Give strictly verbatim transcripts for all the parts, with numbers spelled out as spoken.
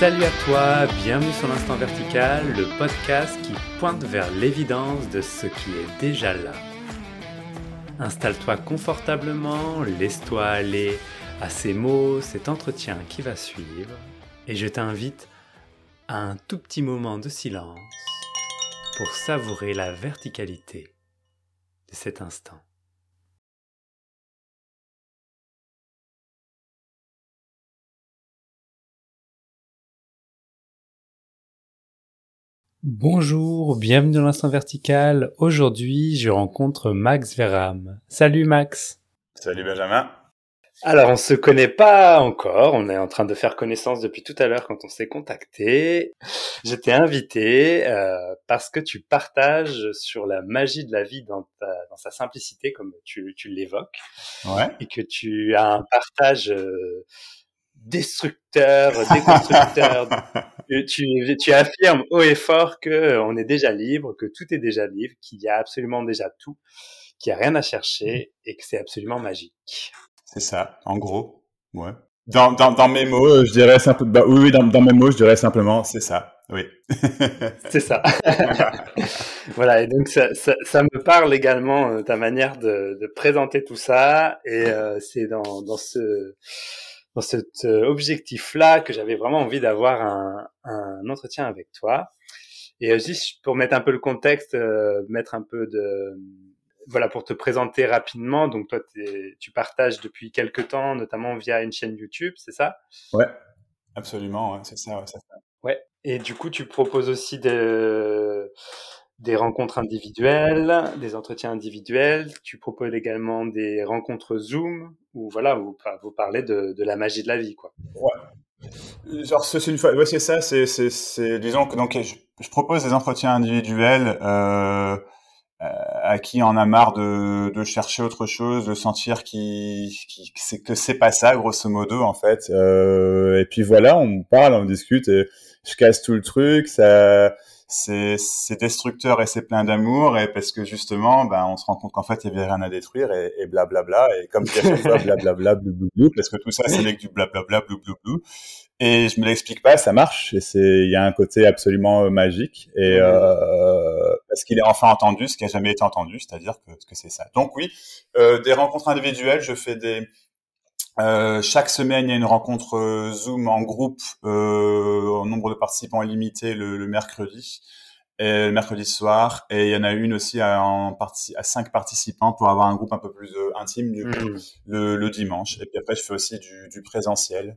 Salut à toi, bienvenue sur l'Instant Vertical, le podcast qui pointe vers l'évidence de ce qui est déjà là. Installe-toi confortablement, laisse-toi aller à ces mots, cet entretien qui va suivre, et je t'invite à un tout petit moment de silence pour savourer la verticalité de cet instant. Bonjour, bienvenue dans l'Instant Vertical. Aujourd'hui, je rencontre Max Verham. Salut Max. Salut Benjamin. Alors, on se connaît pas encore, on est en train de faire connaissance depuis tout à l'heure quand on s'est contacté. Je t'ai invité euh, parce que tu partages sur la magie de la vie dans, ta, dans sa simplicité, comme tu, tu l'évoques, Ouais. et que tu as un partage euh, destructeur, déconstructeur. tu, tu, tu affirmes haut et fort que on est déjà libre, que tout est déjà libre, qu'il y a absolument déjà tout, qu'il n'y a rien à chercher et que c'est absolument magique. C'est ça, en gros. Ouais. Dans, dans, dans mes mots, je dirais simplement, bah oui, oui, dans, dans mes mots, je dirais simplement, c'est ça. Oui. C'est ça. Voilà. Et donc, ça, ça, ça me parle également, euh, ta manière de, de présenter tout ça. Et euh, c'est dans, dans ce, dans cet euh, objectif-là que j'avais vraiment envie d'avoir un, un entretien avec toi. Et euh, juste pour mettre un peu le contexte, euh, mettre un peu de, voilà, pour te présenter rapidement. Donc, toi, t'es, tu partages depuis quelques temps, notamment via une chaîne YouTube, c'est ça? Ouais, absolument, ouais, c'est ça, ouais, c'est ça. Ouais. Et du coup, tu proposes aussi de, des rencontres individuelles, des entretiens individuels. Tu proposes également des rencontres Zoom où voilà, vous, vous parlez de, de la magie de la vie, quoi. Ouais. Genre, c'est une fois, ouais, c'est ça, c'est, c'est, c'est, disons que donc, je, je propose des entretiens individuels, euh, à qui en a marre de, de chercher autre chose, de sentir qu'il, qu'il, que c'est que c'est pas ça, grosso modo, en fait. Euh, et puis voilà, on parle, on discute, et je casse tout le truc, ça, c'est, c'est destructeur et c'est plein d'amour, et parce que justement, ben, on se rend compte qu'en fait, il y avait rien à détruire, et, et blablabla, et comme je dis à chaque fois, blablabla, bloublou, parce que tout ça, c'est avec du blablabla, bloublou. Et je me l'explique pas, ça marche. Et c'est, il y a un côté absolument euh, magique. Et euh, parce qu'il est enfin entendu, ce qui a jamais été entendu, c'est-à-dire que, que c'est ça. Donc oui, euh, des rencontres individuelles. Je fais des euh, chaque semaine, il y a une rencontre euh, Zoom en groupe, euh, au nombre de participants limité le, le mercredi. Et le mercredi soir, et il y en a une aussi à, en partie, à cinq participants pour avoir un groupe un peu plus euh, intime du coup, mmh. le, le dimanche. Et puis après, je fais aussi du, du présentiel.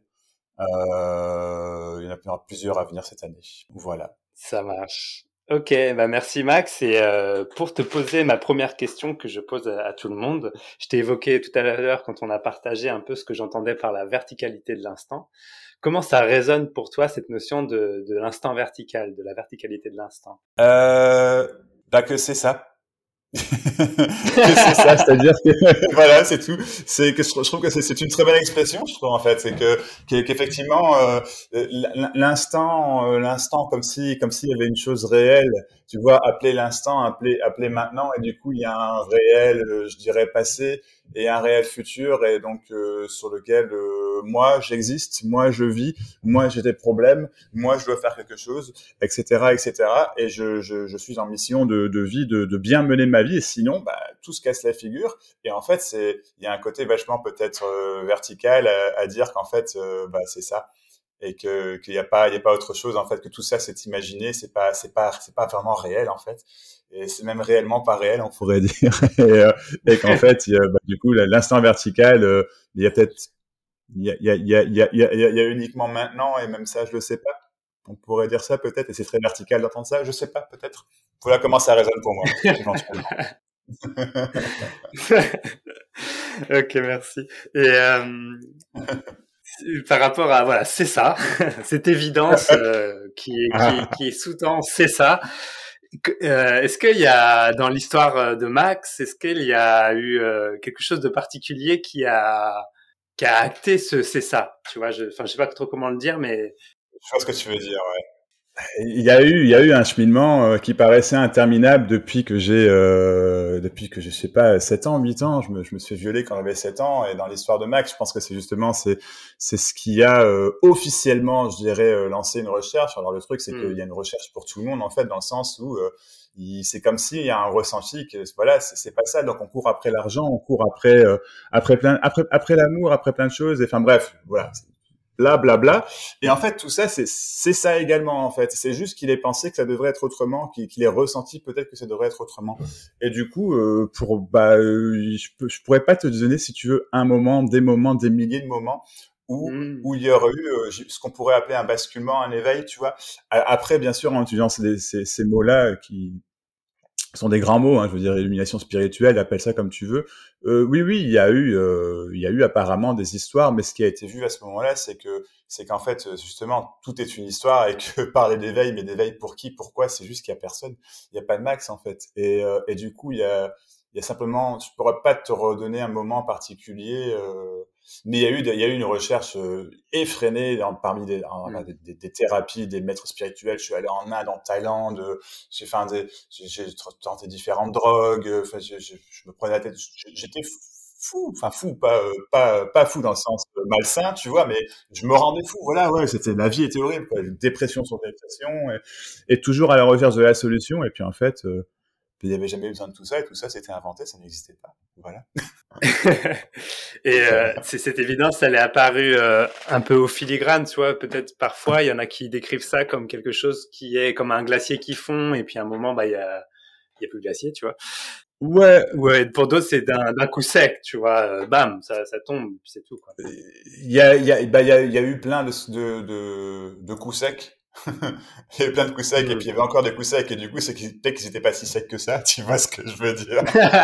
Euh, il y en a plusieurs à venir cette année. Voilà. Ça marche. Ok, bah merci Max. Et euh, pour te poser ma première question que je pose à, à tout le monde, je t'ai évoqué tout à l'heure quand on a partagé un peu ce que j'entendais par la verticalité de l'instant. Comment ça résonne pour toi cette notion de, de l'instant vertical, de la verticalité de l'instant? euh, Bah que c'est ça. que c'est ça, c'est-à-dire que voilà, c'est tout. C'est que je trouve que c'est, c'est une très belle expression, je trouve en fait, c'est que qu'effectivement euh, l'instant, euh, l'instant comme si comme s'il y avait une chose réelle, tu vois, appeler l'instant, appeler appeler maintenant, et du coup il y a un réel, euh, je dirais passé, et un réel futur, et donc euh, sur lequel euh, moi j'existe, moi je vis, moi j'ai des problèmes, moi je dois faire quelque chose, et cetera, et cetera. Et je je, je suis en mission de, de vie, de, de bien mener ma vie, et sinon bah tout se casse la figure. Et en fait c'est il y a un côté vachement peut-être euh, vertical à, à dire qu'en fait euh, bah c'est ça, et que qu'il y a pas il y a pas autre chose en fait, que tout ça c'est imaginé, c'est pas c'est pas c'est pas vraiment réel en fait, et c'est même réellement pas réel on pourrait dire. et, euh, et qu'en fait il y a, bah, du coup l'instant vertical, euh, il y a peut-être il y a il y a il y a il y a il y a, il y a uniquement maintenant, et même ça je le sais pas. On pourrait dire ça peut-être, et c'est très vertical d'entendre ça, je sais pas, peut-être. Voilà comment ça résonne pour moi, éventuellement. Ok, merci. Et euh, par rapport à voilà, c'est ça, cette évidence euh, qui, qui, qui est sous-tend, c'est ça. Euh, est-ce qu'il y a dans l'histoire de Max, est-ce qu'il y a eu euh, quelque chose de particulier qui a qui a acté ce c'est ça, tu vois, je, enfin, je sais pas trop comment le dire, mais je vois ce que tu veux dire, ouais. Il y a eu, il y a eu un cheminement euh, qui paraissait interminable depuis que j'ai, euh, depuis que je sais pas, sept ans, huit ans. Je me, je me suis fait violer quand j'avais sept ans. Et dans l'histoire de Max, je pense que c'est justement, c'est, c'est ce qui a euh, officiellement, je dirais, euh, lancé une recherche. Alors le truc, c'est qu'il Hmm. y a une recherche pour tout le monde, en fait, dans le sens où euh, il, c'est comme s'il y a un ressenti que, voilà, c'est, c'est pas ça. Donc on court après l'argent, on court après, euh, après plein, après, après l'amour, après plein de choses. Et enfin bref, voilà. Bla bla bla. Et en fait, tout ça, c'est c'est ça également. En fait, c'est juste qu'il ait pensé que ça devrait être autrement, qu'il qu'il ait ressenti peut-être que ça devrait être autrement. Et du coup, euh, pour bah, euh, je, peux, je pourrais pas te donner, si tu veux, un moment, des moments, des milliers de moments où Hmm. où il y aurait eu euh, ce qu'on pourrait appeler un basculement, un éveil, tu vois. Après, bien sûr, en utilisant ces, ces, ces mots-là qui ce sont des grands mots, hein, je veux dire illumination spirituelle, appelle ça comme tu veux. Euh, oui, oui, il y a eu, euh, il y a eu apparemment des histoires, mais ce qui a été vu à ce moment-là, c'est que, c'est qu'en fait, justement, tout est une histoire et que parler d'éveil, mais d'éveil pour qui, pourquoi, c'est juste qu'il y a personne, il y a pas de max en fait. Et, euh, et du coup, il y a, il y a simplement, je pourrais pas te redonner un moment particulier. Euh, mais il y a eu, des- il y a eu une recherche euh, effrénée dans- parmi des, enfin, Hmm. des, des- des thérapies, des maîtres spirituels. Je suis allé en Inde, en Thaïlande, euh, j'ai fait un des, j'ai j'ai tenté différentes drogues. euh, Enfin, je, je, je me prenais la tête. je- J'étais fou, enfin fou, pas euh, pas pas fou dans le sens euh, malsain, tu vois, mais je me rendais fou. Voilà, ouais, c'était la vie était horrible, quoi. Dépression sur dépression, et, et toujours à la recherche de la solution. Et puis en fait, euh, il n'y avait jamais eu besoin de tout ça, et tout ça c'était inventé, ça n'existait pas. Voilà. Et euh, c'est cette évidence, elle est apparue euh, un peu au filigrane, tu vois. Peut-être parfois, il y en a qui décrivent ça comme quelque chose qui est comme un glacier qui fond, et puis à un moment, bah il y a, il y a plus de glacier, tu vois. Ouais, Ou euh, pour d'autres, c'est d'un, d'un coup sec, tu vois. Euh, bam, ça, ça tombe, puis c'est tout, quoi. il y a, il y a, bah, il y a, il y a eu plein de, de, de, de coups secs. Il y a eu plein de coups secs, et Hmm. puis il y avait encore des coups secs, et du coup, c'est qu'ils, peut-être qu'ils étaient pas si secs que ça, tu vois ce que je veux dire.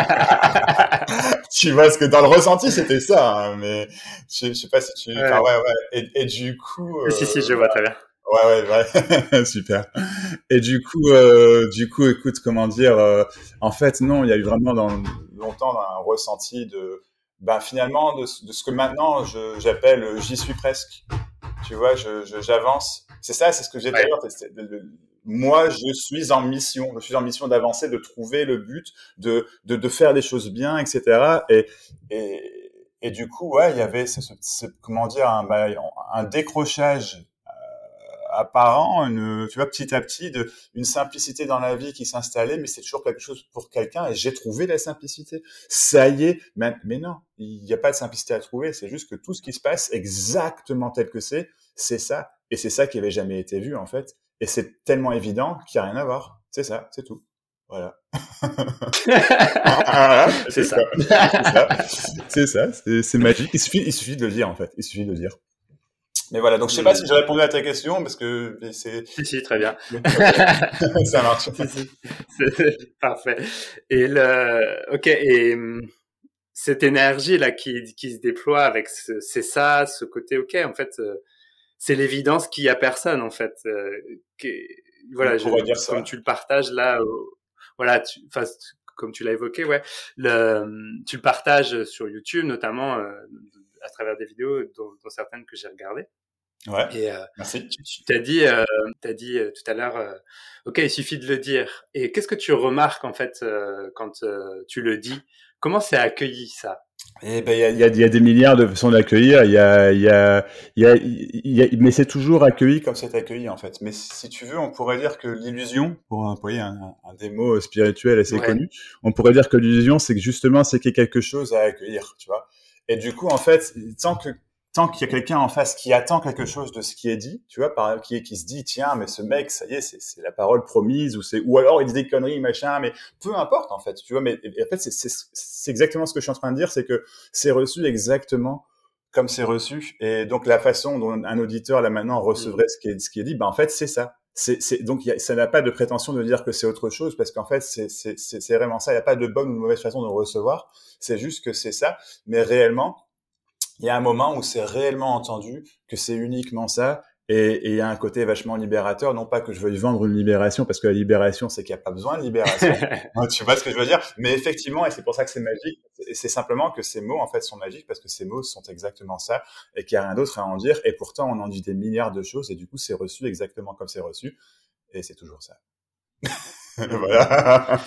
Tu vois ce que dans le ressenti, c'était ça, hein, mais je, je sais pas si tu, enfin, Ouais. ouais, ouais. Et, et du coup, Si, si, euh, je vois très bien. ouais, ouais, ouais, super. Et du coup, euh, du coup, écoute, comment dire, euh, en fait, non, il y a eu vraiment dans, longtemps un ressenti de, ben finalement, de, de ce que maintenant je, j'appelle euh, j'y suis presque. Tu vois, je, je, j'avance. C'est ça, c'est ce que j'ai dit tout à Ouais. l'heure. c'est- c'est- de- de- moi, je suis en mission. Je suis en mission d'avancer, de trouver le but, de, de, de faire les choses bien, et cetera. Et, et, et du coup, ouais, il y avait, ce, ce, ce- comment dire, un, bah, un décrochage apparent, une, tu vois, petit à petit, de, une simplicité dans la vie qui s'installait, mais c'est toujours quelque chose pour quelqu'un, et j'ai trouvé la simplicité. Ça y est, mais, mais non, il n'y a pas de simplicité à trouver, c'est juste que tout ce qui se passe, exactement tel que c'est, c'est ça, et c'est ça qui avait jamais été vu, en fait, et c'est tellement évident qu'il n'y a rien à voir. C'est ça, c'est tout. Voilà. Ah, c'est C'est tout, quoi. ça. C'est ça. C'est ça, c'est, c'est magique. Il suffit, il suffit de le dire, en fait. Il suffit de le dire. Mais voilà, donc je sais pas si Hmm. j'ai répondu à ta question, parce que c'est... Si, si, très bien. Ok, ça marche. Si, si. C'est c'est parfait. Et le, ok, et hum, cette énergie là qui, qui se déploie avec ce, c'est ça, ce côté, ok, en fait, euh, c'est l'évidence qu'il y a personne en fait. Euh, qui- On voilà, je, pourrait dire comme ça. tu le partages là, euh, voilà, tu, enfin, comme tu l'as évoqué, ouais, le, tu le partages sur YouTube notamment euh, à travers des vidéos, dont, dont certaines que j'ai regardées. Ouais, Et euh, merci. tu, tu t'as dit, euh, t'as dit euh, tout à l'heure, euh, ok, il suffit de le dire. Et qu'est-ce que tu remarques en fait euh, quand euh, tu le dis? Comment c'est accueilli ça? Eh ben, il y a, il y, a, il y a des milliards de façons d'accueillir. Il y a, il y a, il y a, il y a, mais c'est toujours accueilli comme c'est accueilli, en fait. Mais si tu veux, on pourrait dire que l'illusion, pour employer un, un des mots spirituels assez Ouais. connus, on pourrait dire que l'illusion, c'est que justement, c'est qu'il y a quelque chose à accueillir, tu vois. Et du coup, en fait, tant que tant qu'il y a quelqu'un en face qui attend quelque chose de ce qui est dit, tu vois, par exemple, qui, qui se dit, tiens, mais ce mec, ça y est, c'est, c'est la parole promise, ou c'est, ou alors il dit des conneries, machin, mais peu importe, en fait, tu vois, mais en fait, c'est, c'est, c'est exactement ce que je suis en train de dire, c'est que c'est reçu exactement comme c'est reçu, et donc la façon dont un auditeur, là, maintenant, Mm. recevrait ce qui est, ce qui est dit, ben, en fait, c'est ça. C'est, c'est, donc, y a, ça n'a pas de prétention de dire que c'est autre chose, parce qu'en fait, c'est, c'est, c'est, c'est vraiment ça. Il n'y a pas de bonne ou de mauvaise façon de le recevoir. C'est juste que c'est ça. Mais réellement, il y a un moment où c'est réellement entendu que c'est uniquement ça, et il y a un côté vachement libérateur. Non pas que je veuille vendre une libération, parce que la libération, c'est qu'il n'y a pas besoin de libération. Hein, tu vois ce que je veux dire? Mais effectivement, et c'est pour ça que c'est magique, et c'est simplement que ces mots, en fait, sont magiques, parce que ces mots sont exactement ça, et qu'il n'y a rien d'autre à en dire, et pourtant, on en dit des milliards de choses, et du coup, c'est reçu exactement comme c'est reçu. et c'est toujours ça. Voilà.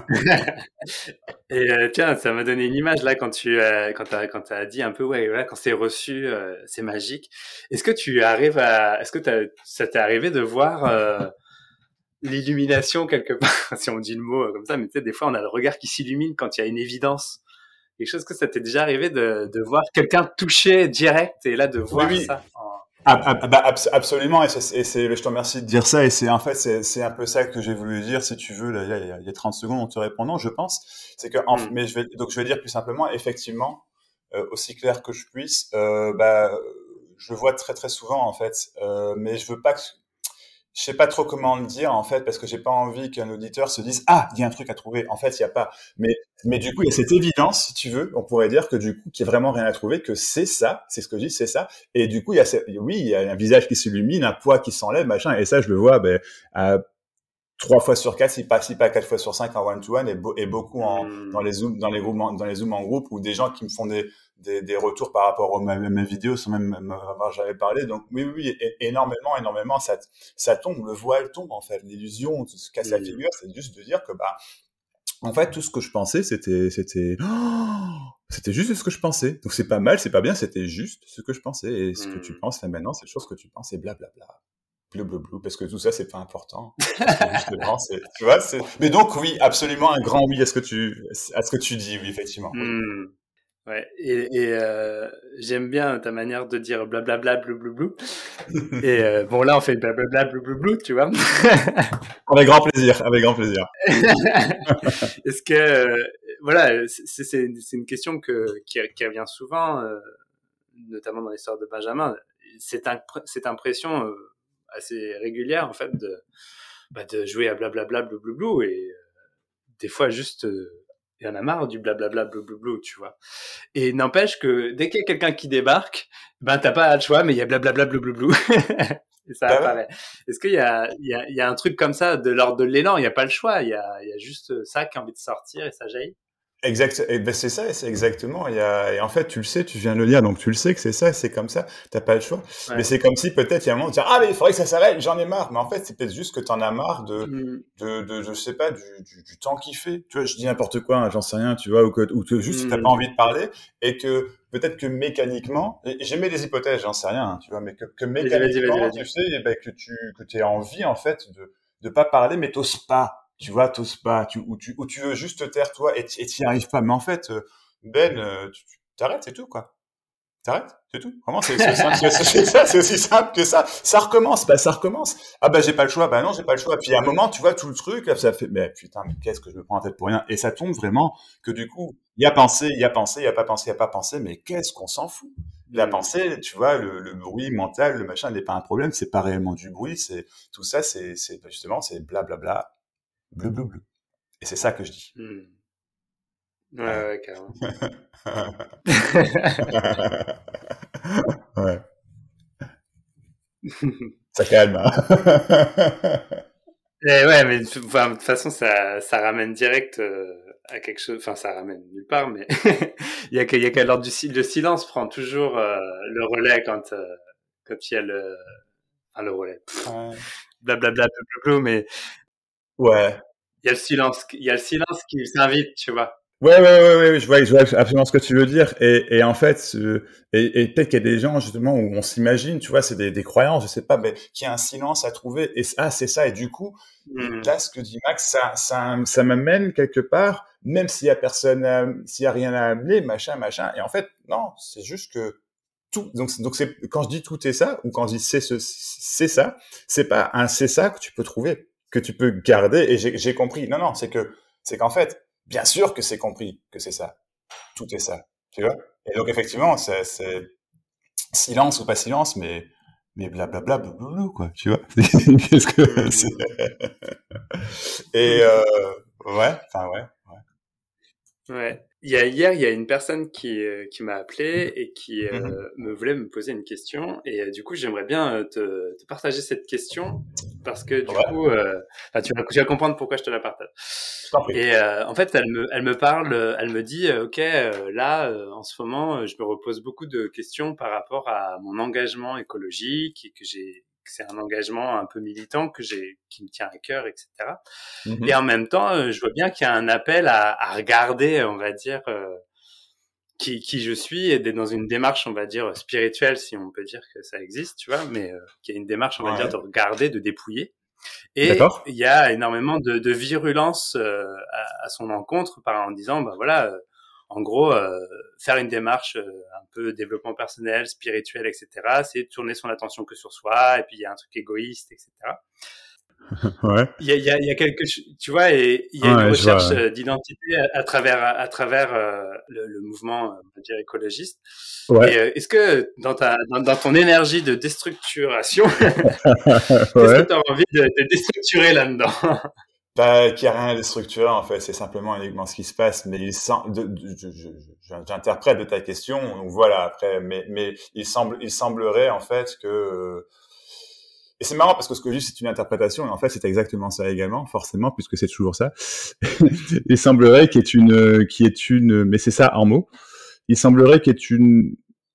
Et euh, tiens, ça m'a donné une image là quand tu euh, quand t'as quand t'as dit un peu ouais voilà quand c'est reçu euh, c'est magique. Est-ce que tu arrives à est-ce que t'as, ça t'est arrivé de voir euh, l'illumination quelque part si on dit le mot euh, comme ça, mais tu sais des fois on a le regard qui s'illumine quand il y a une évidence. Quelque chose que ça t'est déjà arrivé de de voir quelqu'un toucher direct et là de Oui, voir oui. ça. En... Ah, ah, bah, abs- absolument, et c'est, et c'est, je te remercie de dire ça, et c'est en fait, c'est, c'est un peu ça que j'ai voulu dire, si tu veux, là, il y a, il y a trente secondes en te répondant, je pense, c'est que, en, Hmm. mais je vais, donc je vais dire plus simplement, effectivement, euh, aussi clair que je puisse, euh, bah, je le vois très très souvent en fait, euh, mais je veux pas que, je sais pas trop comment le dire en fait parce que j'ai pas envie qu'un auditeur se dise ah il y a un truc à trouver. En fait il y a pas. Mais mais du coup il y a cette évidence si tu veux. On pourrait dire que du coup qu'il y a vraiment rien à trouver, que c'est ça, c'est ce que je dis, c'est ça. Et du coup il y a cette- oui il y a un visage qui s'illumine, un poids qui s'enlève machin. Et ça je le vois ben à trois fois sur quatre, si pas si pas quatre fois sur cinq en one to one et, bo- et beaucoup en dans Hmm. les zooms dans les groupes en- dans les zooms en groupe ou des gens qui me font des des, des retours par rapport aux mes, mes vidéos sans même m'avoir jamais parlé. Donc oui oui oui, é- énormément énormément ça ça tombe, le voile tombe en fait, l'illusion se casse la Hmm. figure. C'est juste de dire que bah en fait tout ce que je pensais c'était c'était oh, c'était juste ce que je pensais. Donc c'est pas mal, c'est pas bien, c'était juste ce que je pensais. Et ce que tu Hmm. penses là maintenant, c'est chose que tu penses et blablabla bleu bleu bleu parce que tout ça c'est pas important parce que justement c'est tu vois c'est mais donc oui absolument un grand oui à ce que tu à ce que tu dis oui effectivement oui. Hmm. Ouais, et, et euh, j'aime bien ta manière de dire blablabla, blou. Et euh, bon, là, on fait blablabla, blou, tu vois. Avec grand plaisir avec grand plaisir. Est-ce que, euh, voilà, c'est, c'est, une, c'est une question que, qui, qui revient souvent, euh, notamment dans l'histoire de Benjamin. Cette, impr- cette impression euh, assez régulière, en fait, de, bah, de jouer à blablabla, blou, et euh, des fois, juste, euh, il y en a marre du blablabla, blou, tu vois. Et n'empêche que dès qu'il y a quelqu'un qui débarque, ben t'as pas le choix, mais il y a blablabla blou et ça Bah ouais. apparaît. Est-ce qu'il y a, il y a, il y a un truc comme ça de l'ordre de l'élan? Il n'y a pas le choix. Il y a, il y a juste ça qui a envie de sortir et ça jaillit. Exact, et ben c'est ça, c'est exactement. Il y a, et en fait, tu le sais, tu viens de le lire, donc tu le sais que c'est ça, c'est comme ça. T'as pas le choix. Mais Ouais. c'est comme si peut-être il y a un moment de dire ah mais il faudrait que ça s'arrête, j'en ai marre. Mais en fait, c'est peut-être juste que t'en as marre de, Mm, de, de, je sais pas, du, du, du temps qu'il fait. Tu vois, je dis n'importe quoi, hein, j'en sais rien, tu vois, ou que, ou que juste t'as pas mm, envie de parler et que peut-être que mécaniquement, et j'aimais des hypothèses, j'en sais rien, hein, tu vois, mais que, que Vas-y, vas-y, vas-y, mécaniquement, vas-y. tu sais, eh ben, que tu, que t'aies envie en fait de, de pas parler, mais t'oses pas. Tu vois, t'oses pas, tu, ou, tu, ou tu veux juste te taire toi et tu n'y arrives pas. Mais en fait, euh, Ben, euh, tu tu- t'arrêtes, c'est tout, quoi. T'arrêtes, c'est tout. Vraiment, c'est c'est aussi simple, c'est c'est ça, c'est aussi simple que ça. Ça recommence, bah ça recommence. Ah bah j'ai pas le choix, bah non, j'ai pas le choix. Puis à un moment, tu vois, tout le truc, là, ça fait, mais putain, mais qu'est-ce que je me prends en tête pour rien. Et ça tombe vraiment que du coup, il y a pensé, il y a pensé, il y a pas pensé, il y a pas pensé, mais qu'est-ce qu'on s'en fout. La Mm, pensée, tu vois, le, le bruit mental, le machin, n'est pas un problème, c'est pas réellement du bruit, c'est tout ça, c'est c'est justement, c'est blablabla, bleu bleu bleu. Et c'est ça que je dis. mm. Ouais, Ouais. ouais, carrément. Ouais. Ça calme. Et ouais, mais enfin, de toute façon, ça, ça ramène direct euh, à quelque chose. Enfin, ça ramène nulle part, mais il y a que, il y a qu'à l'ordre du si- le silence prend toujours euh, le relais quand euh, quand il y a le, enfin, le relais. Ouais. Blablabla, blablabla, mais Ouais. il y a le silence, il y a le silence qui s'invite, tu vois. Ouais, ouais, ouais, ouais, ouais, je vois, je vois absolument ce que tu veux dire. Et, et en fait, euh, et, et peut-être qu'il y a des gens justement où on s'imagine, tu vois, c'est des, des croyances, je sais pas, mais qu'il y a un silence à trouver. Et ah, c'est ça. Et du coup, Hmm, là, ce que dit Max, ça, ça, ça m'amène quelque part, même s'il y a personne, à- s'il y a rien à amener, machin, machin. Et en fait, non, c'est juste que tout. Donc, donc c'est quand je dis tout est ça, ou quand je dis c'est ce, c'est ça, c'est pas un c'est ça que tu peux trouver, que tu peux garder. Et j'ai j'ai compris. Non, non, c'est que c'est qu'en fait, bien sûr que c'est compris que c'est ça. Tout est ça. Tu vois. Et donc effectivement, c'est c'est silence ou pas silence, mais mais blablabla, blablabla, quoi. Tu vois. Qu'est-ce que c'est. hmm. Et euh, ouais, enfin ouais. Ouais. Il y a hier, il y a une personne qui euh, qui m'a appelé et qui Mhm. euh, me voulait me poser une question et euh, du coup j'aimerais bien euh, te, te partager cette question parce que du Ouais, coup euh, enfin, tu vas tu vas comprendre pourquoi je te la partage. je t'en prie. Et euh, en fait elle me elle me parle, euh, elle me dit euh, ok euh, là euh, en ce moment euh, je me repose beaucoup de questions par rapport à mon engagement écologique et que j'ai c'est un engagement un peu militant que j'ai, qui me tient à cœur, et cetera. Mhm. Et en même temps, euh, je vois bien qu'il y a un appel à, à regarder, on va dire, euh, qui, qui je suis et d'être dans une démarche, on va dire, spirituelle, si on peut dire que ça existe, tu vois, mais euh, qui a une démarche, on va dire, Ouais. de regarder, de dépouiller. Et D'accord. il y a énormément de, de virulence euh, à, à son encontre par en disant, bah voilà, euh, en gros, euh, faire une démarche euh, un peu développement personnel, spirituel, et cetera, c'est tourner son attention que sur soi, et puis il y a un truc égoïste, et cetera. Ouais. Il y a, il y a, il y a quelque, tu vois, et il y a une Ouais, je recherche vois. euh, d'identité à, à travers à travers euh, le, le mouvement, euh, on va dire écologiste. Ouais. Et euh, est-ce que dans ta dans, dans ton énergie de déstructuration, qu'est-ce que Ouais. tu as envie de, de déstructurer là-dedans? Bah, qu'il y a rien de structuré, en fait, c'est simplement uniquement ce qui se passe, mais il semble, de, de- je- je- je- j'interprète de ta question, donc voilà, après, mais, mais il semble, il semblerait, en fait, que, euh, et c'est marrant parce que ce que je dis, c'est une interprétation, et en fait, c'est exactement ça également, forcément, puisque c'est toujours ça. Il semblerait qu'il y ait une, qu'il y ait une, mais c'est ça en mots, il semblerait qu'il y ait une,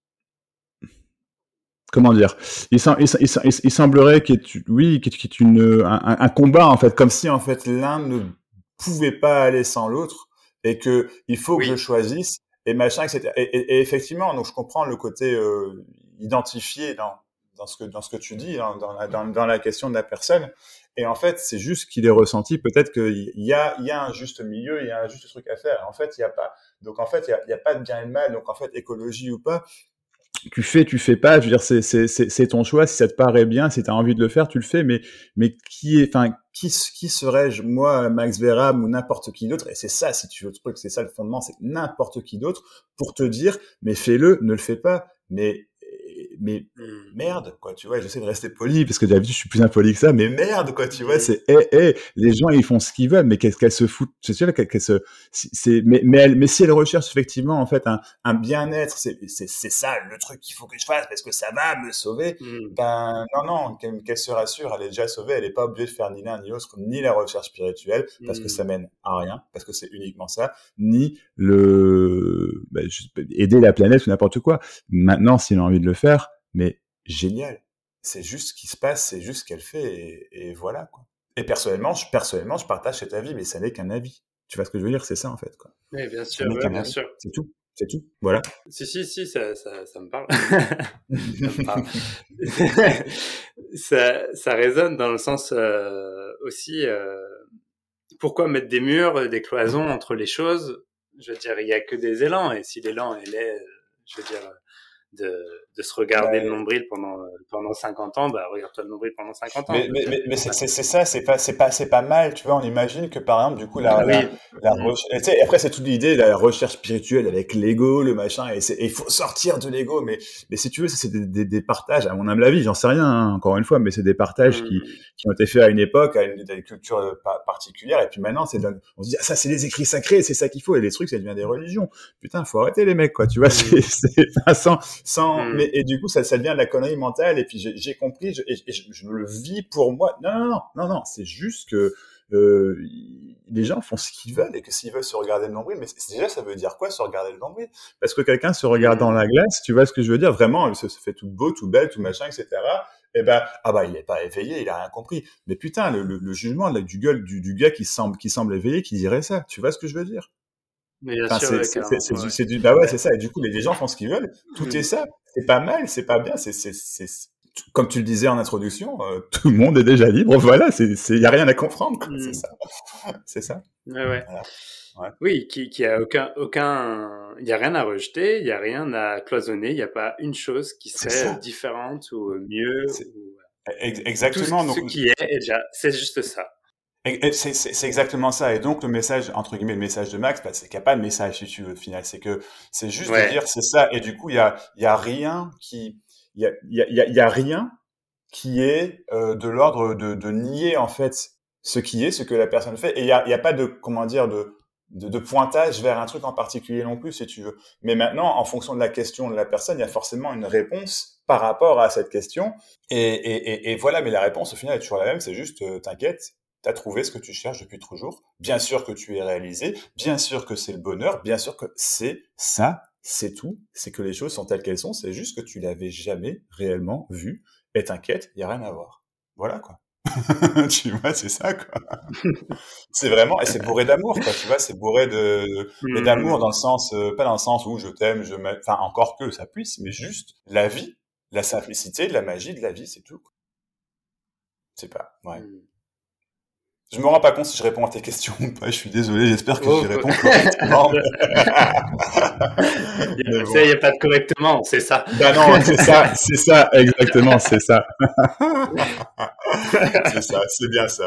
comment dire, il, sem- il, il, il, il semblerait qu'il y ait, oui, qu'il y ait une, un, un combat en fait, comme si en fait l'un ne pouvait pas aller sans l'autre et que il faut que je Oui, choisisse et machin, et cetera. Et, et, et effectivement, donc je comprends le côté euh, identifié dans dans ce que dans ce que tu dis, dans, dans, la, dans, dans la question de la personne. Et en fait, c'est juste qu'il est ressenti. Peut-être qu'il y a il y a un juste milieu, il y a un juste truc à faire. En fait, il y a pas. Donc en fait, il y a, il y a pas de bien et de mal. Donc en fait, écologie ou pas, tu fais, tu fais pas, je veux dire, c'est, c'est, c'est, c'est ton choix, si ça te paraît bien, si t'as envie de le faire, tu le fais, mais, mais qui est, enfin, qui, qui serais-je, moi, Max Verham ou n'importe qui d'autre, et c'est ça, si tu veux le truc, c'est ça le fondement, c'est n'importe qui d'autre, pour te dire, mais fais-le, ne le fais pas, mais, mais, mmh. merde, quoi, tu vois, j'essaie de rester poli, parce que d'habitude, je suis plus impoli que ça, mais merde, quoi, tu vois, Mmh. c'est, hé, hé, les gens, ils font ce qu'ils veulent, mais qu'est-ce qu'elles se foutent, tu sais, qu'elles, qu'elles se, c'est, mais, mais, elle, mais si elles recherchent effectivement, en fait, un, un bien-être, c'est, c'est, c'est ça le truc qu'il faut que je fasse parce que ça va me sauver. Mmh. Ben non, non, qu'elle, qu'elle se rassure, elle est déjà sauvée, elle n'est pas obligée de faire ni l'un ni l'autre, ni la recherche spirituelle parce que ça Mmh. mène à rien, parce que c'est uniquement ça, ni le ben, je, aider la planète ou n'importe quoi. Maintenant, s'il a envie de le faire, mais génial, c'est juste ce qui se passe, c'est juste ce qu'elle fait et, et voilà quoi. Et personnellement, je, personnellement, je partage cet avis, mais ça n'est qu'un avis. Tu vois ce que je veux dire? C'est ça en fait quoi. Oui, bien Ça sûr, n'est ouais, qu'un bien avis. sûr. C'est tout. C'est tout. Voilà. Si, si, si, ça, ça, ça me parle. Ça me parle. ça, ça résonne dans le sens euh, aussi. Euh, pourquoi mettre des murs, des cloisons entre les choses? Je veux dire, il y a que des élans, et si l'élan elle est, euh, je veux dire, de, de se regarder le Ben, nombril pendant pendant cinquante ans, bah regarde-toi le nombril pendant cinquante ans, Mais, je veux mais, dire. mais, mais c'est c'est- c'est ça, c'est pas, c'est pas, c'est pas mal, tu vois. On imagine que par exemple, du coup, la, Ah la, oui. la Mm. recherche, tu sais, après, c'est toute l'idée de la recherche spirituelle avec l'ego, le machin, et c'est, et il faut sortir de l'ego. Mais, mais si tu veux, ça, c'est des, des, des partages, à mon humble avis, j'en sais rien, hein, encore une fois, mais c'est des partages qui, Mm. qui ont été faits à une époque, à une, à une culture euh, pa- particulière, et puis maintenant, c'est, de- on se dit, ah, ça, c'est les écrits sacrés, c'est ça qu'il faut, et les trucs, ça devient des religions. Putain, faut arrêter les mecs, quoi, tu vois, c'est, Mm. c'est, enfin, sans, sans, mais, Mm. et du coup, ça, ça devient de la connerie mentale, et puis j'ai, j'ai compris, je, et, et je, je le vis pour moi. Non, non, non, non, non, c'est juste que euh, les gens font ce qu'ils veulent et que s'ils veulent se regarder le nombril, mais c'est- déjà ça veut dire quoi se regarder le nombril? Parce que quelqu'un se regarde dans Mm. la glace, tu vois ce que je veux dire? Vraiment, il se, se fait tout beau, tout belle, tout machin, et cetera. Et ben, ah bah il est pas éveillé, il a rien compris. Mais putain, le, le, le jugement là, du gueule du, du gars qui semble qui semble éveillé, qui dirait ça, tu vois ce que je veux dire? Mais bien Enfin, sûr, c'est ouais, c'est c'est carrément. c'est Ouais, du, ouais. c'est du bah ouais Bah, c'est ça. Et du coup, les, les gens font ce qu'ils veulent. Tout est mm. ça. C'est pas mal, c'est pas bien. C'est c'est c'est c'est- comme tu le disais en introduction, euh, tout le monde est déjà libre. Voilà, c'est c'est y a rien à comprendre. Quoi. C'est Mm. ça. C'est ça. Ouais, ouais. Voilà. Ouais. Oui, qui, qui a aucun, aucun, il y a rien à rejeter, il y a rien à cloisonner, il n'y a pas une chose qui C'est serait ça. différente ou mieux C'est ou ex- tout ce, exactement. ce Donc qui est, est déjà, c'est juste ça. et- et c'est c'est c'est exactement ça. Et donc le message entre guillemets le message de Max, bah, c'est qu'il n'y a pas de message si tu veux au final. C'est que c'est juste de Ouais. dire c'est ça. Et du coup il y a il y a rien qui il y a il y a il y a, il y a rien qui est euh, de l'ordre de, de nier en fait ce qui est, ce que la personne fait. Et il y a, il y a pas de comment dire de, de de pointage vers un truc en particulier non plus, si tu veux. Mais maintenant, en fonction de la question de la personne, il y a forcément une réponse par rapport à cette question. Et, et, et, et voilà, mais la réponse au final est toujours la même. C'est juste, euh, t'inquiète. T'as trouvé ce que tu cherches depuis toujours. Bien sûr que tu es réalisé. Bien sûr que c'est le bonheur. Bien sûr que c'est ça. C'est tout. C'est que les choses sont telles qu'elles sont. C'est juste que tu l'avais jamais réellement vu Et t'inquiète, il y a rien à voir. Voilà, quoi. Tu vois, c'est ça, quoi. C'est vraiment, et c'est bourré d'amour, quoi. Tu vois, c'est bourré de, mais d'amour dans le sens, euh, pas dans le sens où je t'aime, je m'aime, enfin, encore que ça puisse, mais juste la vie, la simplicité, la magie de la vie, c'est tout, quoi. C'est pas, ouais. Mm. Je me rends pas compte si je réponds à tes questions ou pas. Je suis désolé, j'espère que Oh, j'y réponds correctement. il n'y bon. a pas de correctement, c'est ça. Ben non, c'est ça, c'est ça, exactement, c'est ça. C'est ça, c'est bien ça.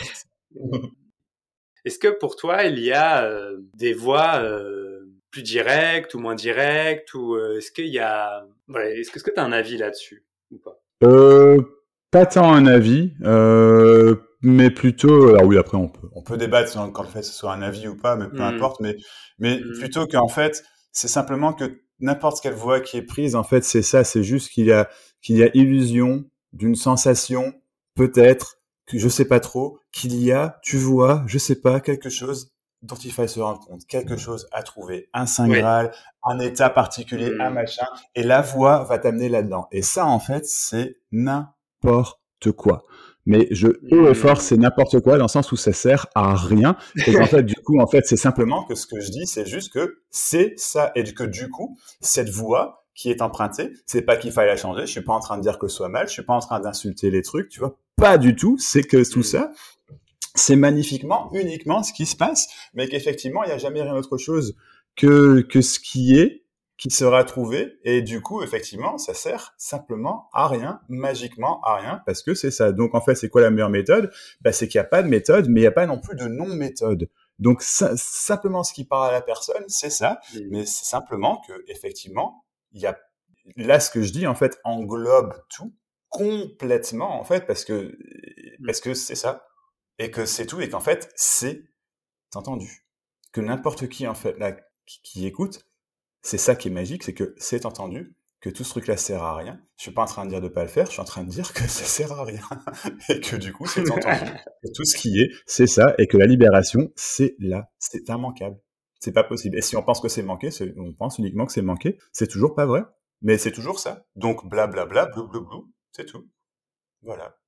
Est-ce que pour toi, il y a euh, des voies euh, plus directes ou moins directes, ou euh, est-ce qu'il y a, voilà, est-ce que, est-ce que tu as un avis là-dessus ou pas? Euh, pas tant un avis, euh, mais plutôt, alors oui, après on peut, on peut débattre sur, quand le fait que ce soit un avis ou pas, mais peu mmh. importe, mais, mais mmh. plutôt qu'en fait, c'est simplement que n'importe quelle voie qui est prise, en fait, c'est ça, c'est juste qu'il y a, qu'il y a illusion d'une sensation, peut-être, que je sais pas trop, qu'il y a, tu vois, je sais pas, quelque chose dont il faille se rendre compte, quelque chose à trouver, un saint graal, oui. un état particulier, mmh. un machin, et la voie va t'amener là-dedans. Et ça, en fait, c'est n'importe quoi. Mais je haut et fort, c'est n'importe quoi dans le sens où ça sert à rien. Et qu'en fait, du coup, en fait, c'est simplement que ce que je dis, c'est juste que c'est ça. Et que du coup, cette voie qui est empruntée, c'est pas qu'il faille la changer. Je suis pas en train de dire que ce soit mal. Je suis pas en train d'insulter les trucs, tu vois. Pas du tout. C'est que tout ça, c'est magnifiquement, uniquement ce qui se passe, mais qu'effectivement, il n'y a jamais rien autre chose que, que ce qui est, qui sera trouvé, et du coup, effectivement, ça sert simplement à rien, magiquement à rien, parce que c'est ça. Donc, en fait, c'est quoi la meilleure méthode? Bah, c'est qu'il n'y a pas de méthode, mais il n'y a pas non plus de non-méthode. Donc, ça, simplement, ce qui parle à la personne, c'est ça, mmh. mais c'est simplement que, effectivement, il y a, là, ce que je dis, en fait, englobe tout, complètement, en fait, parce que, parce que c'est ça. Et que c'est tout, et qu'en fait, c'est entendu. Que n'importe qui, en fait, là, qui, qui écoute, c'est ça qui est magique, c'est que c'est entendu, que tout ce truc-là sert à rien. Je suis pas en train de dire de pas le faire, je suis en train de dire que ça sert à rien. Et que du coup, c'est entendu. Que tout ce qui est, c'est ça, et que la libération, c'est là. C'est immanquable. C'est pas possible. Et si on pense que c'est manqué, c'est, on pense uniquement que c'est manqué, c'est toujours pas vrai. Mais c'est toujours ça. Donc, blablabla, blou, blou, blou, c'est tout. Voilà.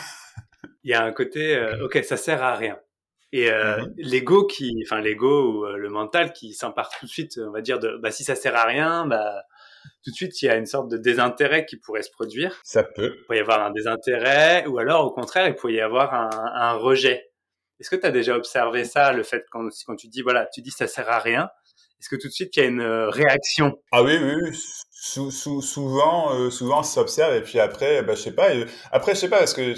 Il y a un côté, euh, ok, ça sert à rien. Et euh, mm-hmm. l'ego qui, enfin l'ego ou euh, le mental qui s'empare tout de suite, on va dire de, bah si ça sert à rien, bah tout de suite il y a une sorte de désintérêt qui pourrait se produire. Ça peut. Il pourrait y avoir un désintérêt, ou alors au contraire il pourrait y avoir un, un rejet. Est-ce que tu as déjà observé ça, le fait quand quand tu dis voilà, tu dis ça sert à rien, est-ce que tout de suite il y a une euh, réaction? Ah oui, oui, oui. Sou, sou, souvent, euh, souvent ça s'observe, et puis après, bah je sais pas. Euh, après je sais pas parce que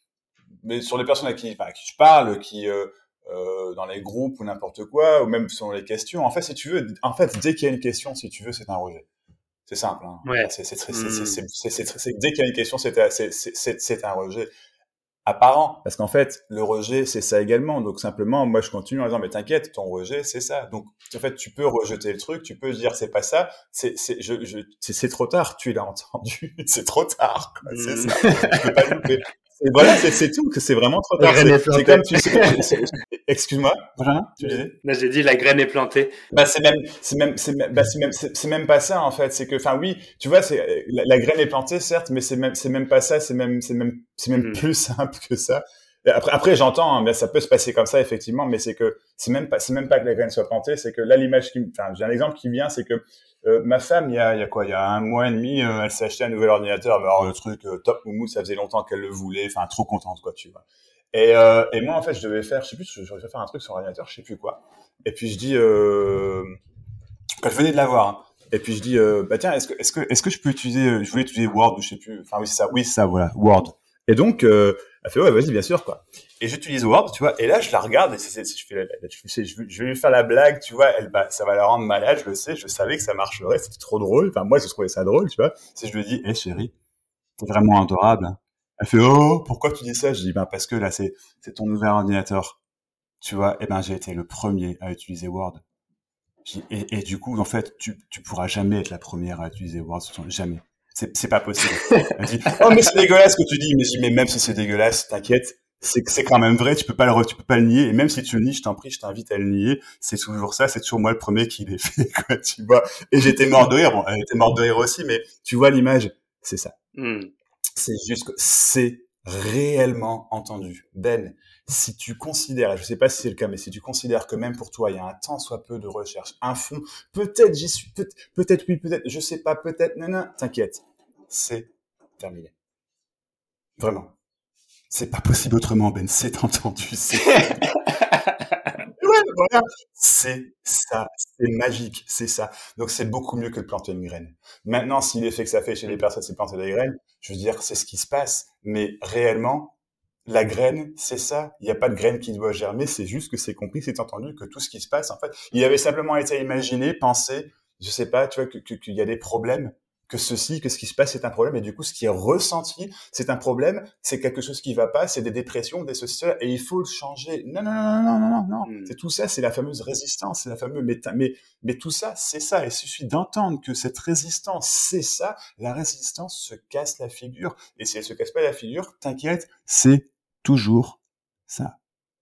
mais sur les personnes à qui, enfin, à qui je parle, qui euh, euh, dans les groupes ou n'importe quoi, ou même sur les questions, en fait, si tu veux, en fait, dès qu'il y a une question, si tu veux, c'est un rejet. C'est simple. Hein. Ouais. C'est, c'est, c'est, c'est, c'est, c'est, c'est, c'est, c'est, dès qu'il y a une question, c'est, c'est, c'est, c'est, c'est un rejet apparent, parce qu'en fait, le rejet, c'est ça également. Donc simplement, moi, je continue en disant, mais t'inquiète, ton rejet, c'est ça. Donc en fait, tu peux rejeter le truc, tu peux dire, c'est pas ça. C'est, c'est, je, je, c'est, c'est trop tard. Tu l'as entendu. C'est trop tard. Quoi. C'est ça. Je peux pas le louper. Et voilà, c'est, c'est tout, que c'est vraiment trop tard. C'est, c'est comme tu sais. C'est, excuse-moi, Benjamin, tu disais? Là, j'ai dit la graine est plantée. Bah c'est même, c'est même, c'est même, bah c'est même, c'est, c'est même pas ça en fait. C'est que, enfin oui, tu vois, c'est la, la graine est plantée certes, mais c'est même, c'est même pas ça. C'est même, c'est même, c'est même mmh. plus simple que ça. Et après, après j'entends, hein, mais ça peut se passer comme ça effectivement, mais c'est que c'est même pas, c'est même pas que la graine soit plantée, c'est que là l'image qui, enfin j'ai un exemple qui vient, c'est que euh, ma femme, il y a, il y a quoi, il y a un mois et demi, euh, elle s'est acheté un nouvel ordinateur. Alors le truc euh, top moumoute, ça faisait longtemps qu'elle le voulait, enfin trop contente quoi, tu vois. Et, euh, et moi en fait, je devais faire, je sais plus, je devais faire un truc sur l'ordinateur, je sais plus quoi. Et puis je dis, euh, quand je venais de l'avoir. Hein. Et puis je dis, euh, bah tiens, est-ce que, est-ce que, est-ce que je peux utiliser, euh, je voulais utiliser Word ou je sais plus. Enfin oui c'est ça, oui c'est ça, voilà, Word. Et donc, euh, elle fait ouais, vas-y, bien sûr quoi. Et j'utilise Word, tu vois. Et là, je la regarde et c'est, c'est, je fais, je, fais, je, je vais lui faire la blague, tu vois. Elle, bah, ça va la rendre malade, je le sais. Je savais que ça marcherait, c'était trop drôle. Enfin moi, je trouvais ça drôle, tu vois. Si je lui dis, hé hey, chérie, t'es vraiment adorable. Elle fait oh, pourquoi tu dis ça? Je dis ben parce que là, c'est, c'est ton nouvel ordinateur, tu vois. Et ben j'ai été le premier à utiliser Word. Et, et du coup, en fait, tu, tu pourras jamais être la première à utiliser Word, jamais. C'est, c'est pas possible. Elle dit, oh, mais c'est dégueulasse ce que tu dis. Mais je dis, mais même si c'est dégueulasse, t'inquiète, c'est, c'est quand même vrai, tu peux pas le, tu peux pas le nier. Et même si tu le nies, je t'en prie, je t'invite à le nier. C'est toujours ça, c'est toujours moi le premier qui l'ai fait, quoi, tu vois. Et j'étais mort de rire. Bon, elle était morte de rire aussi, mais tu vois l'image, c'est ça. Mm. C'est juste que c'est réellement entendu. Ben, si tu considères, je sais pas si c'est le cas, mais si tu considères que même pour toi, il y a un tant soit peu de recherche, un fond, peut-être j'y suis, peut- peut-être oui, peut-être, je sais pas, peut-être, non, non, t'inquiète, c'est terminé. Vraiment. C'est pas possible autrement, Ben, c'est entendu, c'est ouais, voilà. C'est ça, c'est magique, c'est ça. Donc c'est beaucoup mieux que de planter une graine. Maintenant, si l'effet que ça fait chez les personnes, c'est de planter des graines, je veux dire, c'est ce qui se passe. Mais réellement, la graine, c'est ça. Il n'y a pas de graine qui doit germer, c'est juste que c'est compris, c'est entendu que tout ce qui se passe, en fait, il avait simplement été imaginé, pensé, je sais pas, tu vois, que, que- qu'il y a des problèmes, que ceci, que ce qui se passe, c'est un problème, et du coup, ce qui est ressenti, c'est un problème, c'est quelque chose qui va pas, c'est des dépressions, des ceci, cela, et il faut le changer. Non, non, non, non, non, non, non. Hmm. C'est tout ça, c'est la fameuse résistance, c'est la fameuse, mais, mais, mais tout ça, c'est ça. Il suffit d'entendre que cette résistance, c'est ça. La résistance se casse la figure. Et si elle se casse pas la figure, t'inquiète, c'est toujours ça.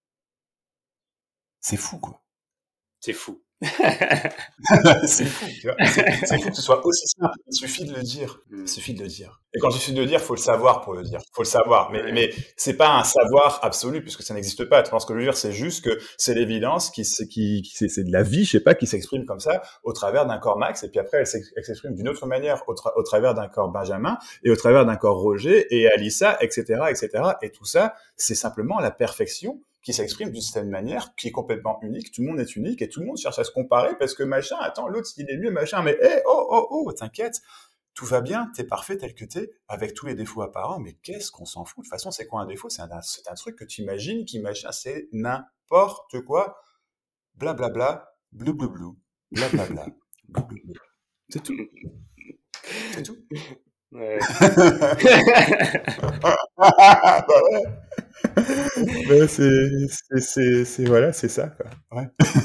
C'est fou, quoi. C'est fou. C'est fou, tu vois. C'est, c'est fou que ce soit aussi simple. Il suffit de le dire. Hmm. Il suffit de le dire. Et quand il suffit de le dire, faut le savoir pour le dire. Faut le savoir. Mais, Ouais. mais c'est pas un savoir absolu puisque ça n'existe pas. Tu penses que je veux dire, c'est juste que c'est l'évidence qui, c'est, qui, qui c'est, c'est de la vie, je sais pas, qui s'exprime comme ça au travers d'un corps Max. Et puis après, elle, s'ex- elle s'exprime d'une autre manière au, tra- au travers d'un corps Benjamin et au travers d'un corps Roger et Alissa, et cetera, et cetera. Et tout ça, c'est simplement la perfection qui s'exprime d'une certaine manière, qui est complètement unique. Tout le monde est unique et tout le monde cherche à se comparer parce que machin, attends, l'autre, il est mieux, machin, mais hé, oh, oh, oh, t'inquiète, tout va bien, t'es parfait tel que t'es, avec tous les défauts apparents, mais qu'est-ce qu'on s'en fout? De toute façon, c'est quoi un défaut? C'est un, c'est un truc que tu imagines, qui machin, c'est n'importe quoi. Blablabla, blou blou blou, blablabla, blou blou blou. C'est tout. C'est tout. Ouais. Bah ouais. Bah c'est, c'est, c'est, c'est, voilà, c'est ça, quoi. Ouais.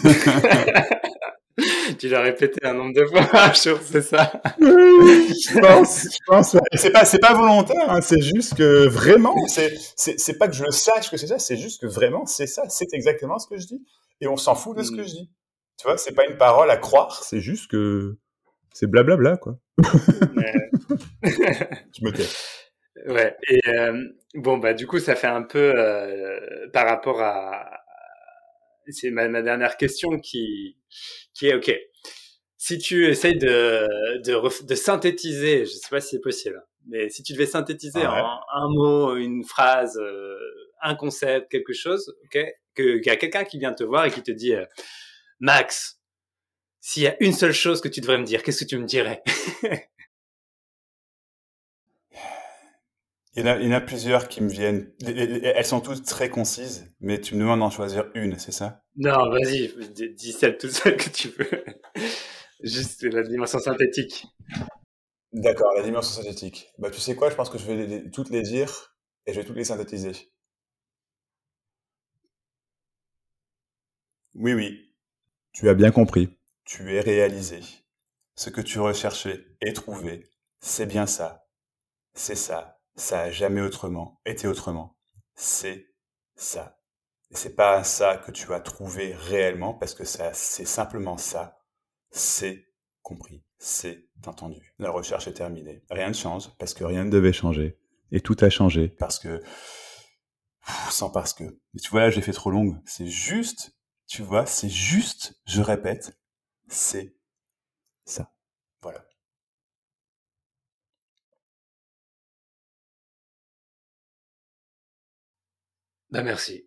Tu l'as répété un nombre de fois par jour, c'est ça? Oui, je pense, je pense. Ouais. Et c'est pas, c'est pas volontaire, hein, c'est juste que vraiment, c'est, c'est, c'est pas que je le sache que c'est ça, c'est juste que vraiment, c'est ça, c'est exactement ce que je dis. Et on s'en fout de ce que Hmm. je dis. Tu vois, c'est pas une parole à croire, c'est juste que c'est blablabla, quoi. Ouais. Je me tais. Ouais. Et euh, bon, bah du coup, ça fait un peu euh, par rapport à. C'est ma, ma dernière question qui qui est ok. Si tu essayes de de, ref- de synthétiser, je sais pas si c'est possible, mais si tu devais synthétiser Ouais. en un mot, une phrase, euh, un concept, quelque chose, ok, que qu'il y a quelqu'un qui vient te voir et qui te dit euh, Max, s'il y a une seule chose que tu devrais me dire, qu'est-ce que tu me dirais? Il y en a, il y en a plusieurs qui me viennent. Elles sont toutes très concises, mais tu me demandes d'en choisir une, c'est ça? Non, vas-y, dis dis celle toute seule que tu veux. Juste la dimension synthétique. D'accord, la dimension synthétique. Bah, tu sais quoi, je pense que je vais les- les- toutes les dire et je vais toutes les synthétiser. Oui, oui. Tu as bien compris. Tu es réalisé. Ce que tu recherchais et trouvé, c'est bien ça. C'est ça. Ça a jamais autrement été autrement. C'est ça. Et c'est pas ça que tu as trouvé réellement parce que ça, c'est simplement ça. C'est compris. C'est entendu. La recherche est terminée. Rien ne change parce que rien ne devait changer. Et tout a changé parce que, pff, sans parce que. Mais tu vois, là, j'ai fait trop longue. C'est juste, tu vois, c'est juste, je répète, c'est ça. Voilà. Bah merci.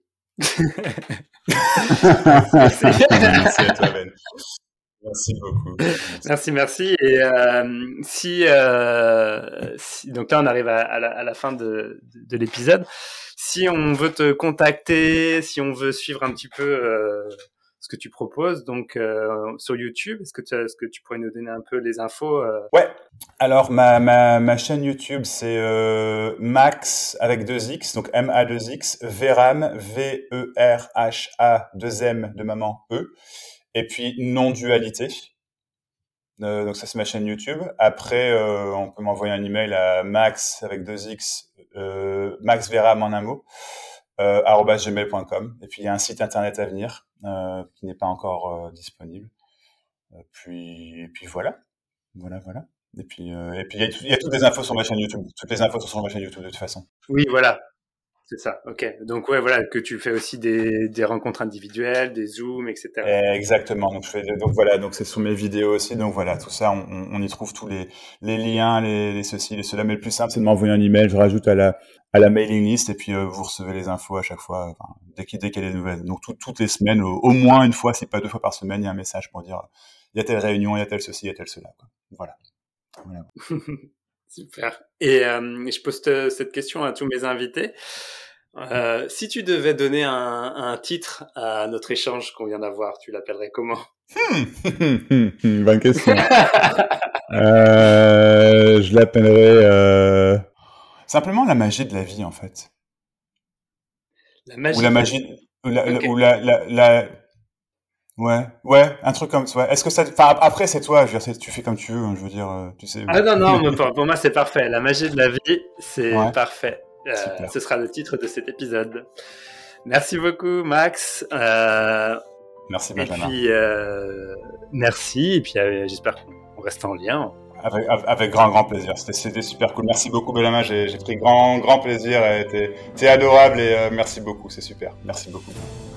Merci. Merci à toi, Ben. Merci beaucoup. Merci. Merci, merci. Et euh, si, euh, si, donc là, on arrive à, à, la, à la fin de, de, de l'épisode. Si on veut te contacter, si on veut suivre un petit peu euh, ce que tu proposes, donc euh, sur YouTube, est-ce que, tu, est-ce que tu pourrais nous donner un peu les infos euh... Ouais. Alors, ma, ma, ma chaîne YouTube, c'est euh, Max avec deux X, donc M A deux X, Veram, V E R H A deux M de maman E, et puis non-dualité. Euh, donc ça, c'est ma chaîne YouTube. Après, euh, on peut m'envoyer un email à Max avec deux X, euh, Max Veram en un mot, euh, arobase gmail point com. Et puis, il y a un site internet à venir euh, qui n'est pas encore euh, disponible. Euh, puis, et puis voilà. Voilà, voilà. Et puis, euh, et puis il y a, tout- il y a toutes les infos sur ma chaîne YouTube. Toutes les infos sont sur ma chaîne YouTube de toute façon. Oui, voilà. C'est ça, ok. Donc ouais, voilà, que tu fais aussi des, des rencontres individuelles, des zooms, et cetera. Eh, Exactement. Donc je fais, donc voilà, donc c'est sur mes vidéos aussi. Donc voilà, tout ça, on, on- on y trouve tous les, les liens, les, les ceci, les cela. Mais le plus simple, c'est de m'envoyer un email. Je rajoute à la, à la mailing list et puis euh, vous recevez les infos à chaque fois, enfin, dès qu'il dès qu'il y a des nouvelles. Donc tout- toutes les semaines, au, au moins une fois, si pas deux fois par semaine, il y a un message pour dire il y a telle réunion, il y a tel ceci, il y a tel cela. Quoi. Voilà. Voilà. Super. Et euh, je pose te- cette question à tous mes invités. Euh, si tu devais donner un, un titre à notre échange qu'on vient d'avoir, tu l'appellerais comment? Hmm. Bonne question. Euh, je l'appellerais euh... simplement la magie de la vie en fait, La ou magie la de la magie, vie. ou la, la- Ok. ou la, la, la- ouais, ouais, un truc comme ça. Est-ce que ça, enfin après c'est toi, je veux dire, c'est- tu fais comme tu veux, hein, je veux dire, euh, tu sais. Ah non, non, mais pour, pour moi c'est parfait. La magie de la vie, c'est Ouais, parfait. Euh, super. ce sera le titre de cet épisode. Merci beaucoup, Max. Euh, Merci et Benjamin. puis, euh, merci. Et puis, euh, j'espère qu'on reste en lien. Avec, avec, avec grand grand plaisir. C'était c'était super cool. Merci beaucoup Benjamin. J'ai j'ai pris grand grand plaisir. Et T'es t'es adorable et euh, merci beaucoup. C'est super. Merci beaucoup.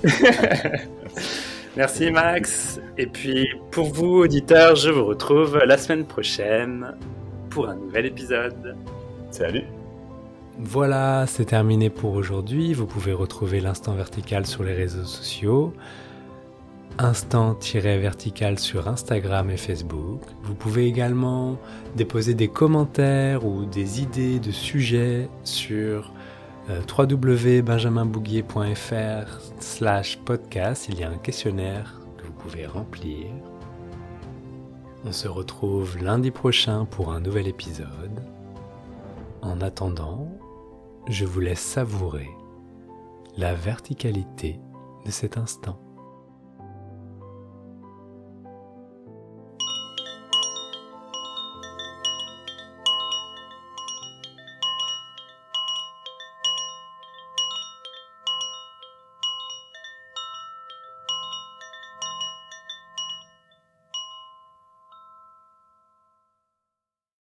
Merci, Max. Et puis, pour vous, auditeurs, je vous retrouve la semaine prochaine pour un nouvel épisode. Salut. Voilà, c'est terminé pour aujourd'hui. Vous pouvez retrouver l'Instant Vertical sur les réseaux sociaux. Instant-vertical sur Instagram et Facebook. Vous pouvez également déposer des commentaires ou des idées de sujets sur euh, w w w point benjamin bouguier point f r slash podcast. Il y a un questionnaire que vous pouvez remplir. On se retrouve lundi prochain pour un nouvel épisode. En attendant, je vous laisse savourer la verticalité de cet instant.